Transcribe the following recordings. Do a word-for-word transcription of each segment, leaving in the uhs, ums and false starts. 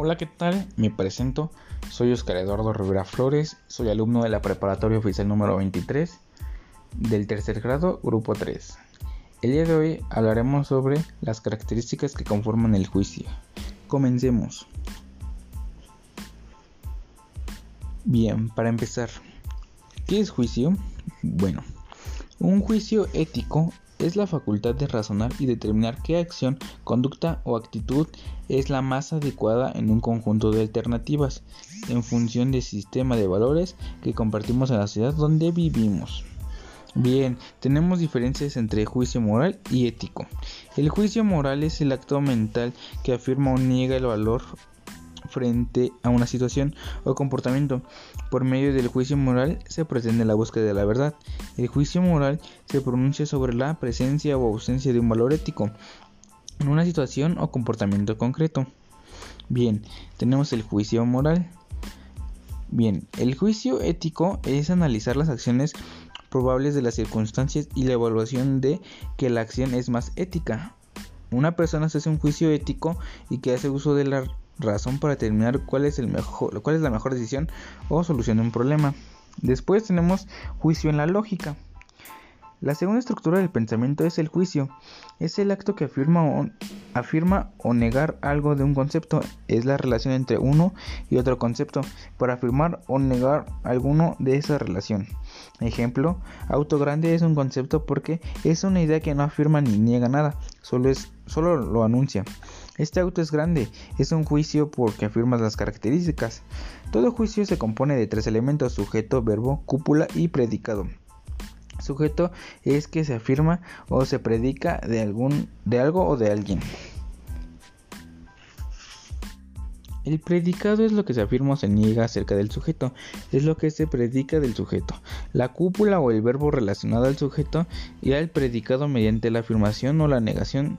Hola, ¿qué tal? Me presento, soy Oscar Eduardo Rivera Flores, soy alumno de la Preparatoria Oficial número veintitrés del tercer grado, grupo tres. El día de hoy hablaremos sobre las características que conforman el juicio. Comencemos. Bien, para empezar, ¿qué es juicio? Bueno, un juicio ético es la facultad de razonar y determinar qué acción, conducta o actitud es la más adecuada en un conjunto de alternativas, en función del sistema de valores que compartimos en la sociedad donde vivimos. Bien, tenemos diferencias entre juicio moral y ético. El juicio moral es el acto mental que afirma o niega el valor frente a una situación o comportamiento. Por medio del juicio moral se pretende la búsqueda de la verdad. El juicio moral se pronuncia sobre la presencia o ausencia de un valor ético en una situación o comportamiento concreto. Bien, tenemos el juicio moral. Bien, el juicio ético es analizar las acciones probables de las circunstancias y la evaluación de que la acción es más ética. Una persona se hace un juicio ético y que hace uso de la razón para determinar cuál es el mejor, cuál es la mejor decisión o solución de un problema. Después tenemos juicio en la lógica. La segunda estructura del pensamiento es el juicio. Es el acto que afirma o, afirma o negar algo de un concepto. Es la relación entre uno y otro concepto para afirmar o negar alguno de esa relación. Ejemplo, auto grande es un concepto porque es una idea que no afirma ni niega nada, solo, es, solo lo anuncia. Este auto es grande, es un juicio porque afirma las características. Todo juicio se compone de tres elementos: sujeto, verbo, cúpula y predicado. Sujeto es que se afirma o se predica de, algún, de algo o de alguien. El predicado es lo que se afirma o se niega acerca del sujeto, es lo que se predica del sujeto. La cúpula o el verbo relacionado al sujeto y al predicado mediante la afirmación o la negación.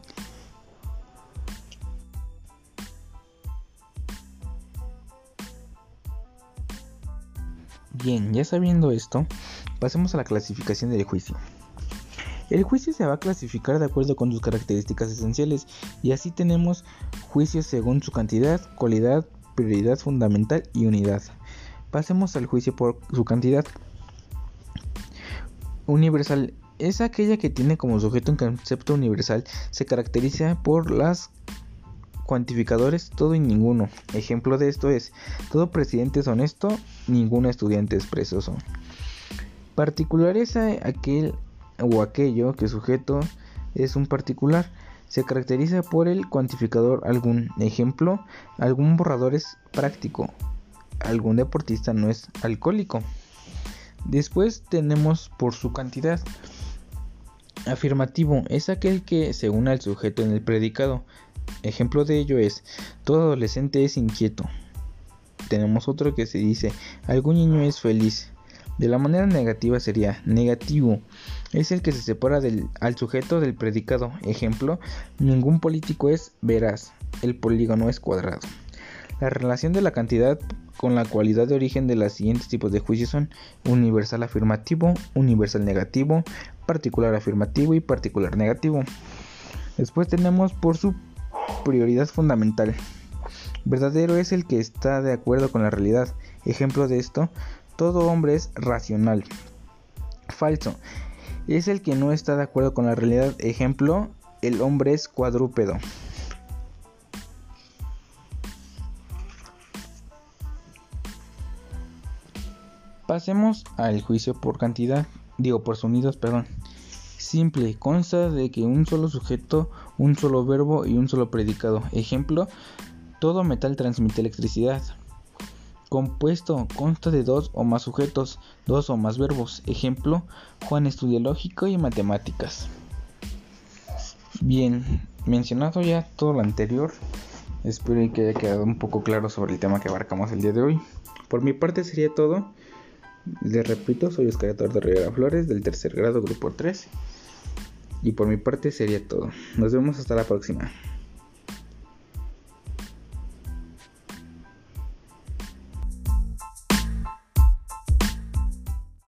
Bien, ya sabiendo esto, pasemos a la clasificación del juicio. El juicio se va a clasificar de acuerdo con sus características esenciales, y así tenemos juicios según su cantidad, cualidad, prioridad fundamental y unidad. Pasemos al juicio por su cantidad. Universal es aquella que tiene como sujeto un concepto universal. Se caracteriza por las cuantificadores todo y ninguno. Ejemplo de esto es: todo presidente es honesto, ningún estudiante es perezoso. Particular es aquel o aquello que sujeto es un particular. Se caracteriza por el cuantificador algún. Ejemplo, algún borrador es práctico, algún deportista no es alcohólico. Después tenemos por su cantidad. Afirmativo es aquel que se une al sujeto en el predicado. Ejemplo de ello es: todo adolescente es inquieto. Tenemos otro que se dice: algún niño es feliz. De la manera negativa sería: negativo es el que se separa del, al sujeto del predicado. Ejemplo, ningún político es veraz, el polígono es cuadrado. La relación de la cantidad con la cualidad de origen de los siguientes tipos de juicios son: universal afirmativo, universal negativo, particular afirmativo y particular negativo. Después tenemos por su prioridad fundamental. Verdadero es el que está de acuerdo con la realidad. Ejemplo de esto: todo hombre es racional. Falso es el que no está de acuerdo con la realidad. Ejemplo, el hombre es cuadrúpedo. Pasemos al juicio por cantidad, digo por sonidos, perdón. Simple, consta de que un solo sujeto, un solo verbo y un solo predicado. Ejemplo, todo metal transmite electricidad. Compuesto, consta de dos o más sujetos, dos o más verbos. Ejemplo, Juan estudia lógica y matemáticas. Bien, mencionado ya todo lo anterior, espero que haya quedado un poco claro sobre el tema que abarcamos el día de hoy. Por mi parte sería todo. Les repito, soy Oscar Eduardo Rivera Flores del tercer grado, grupo tres. Y por mi parte sería todo. Nos vemos hasta la próxima.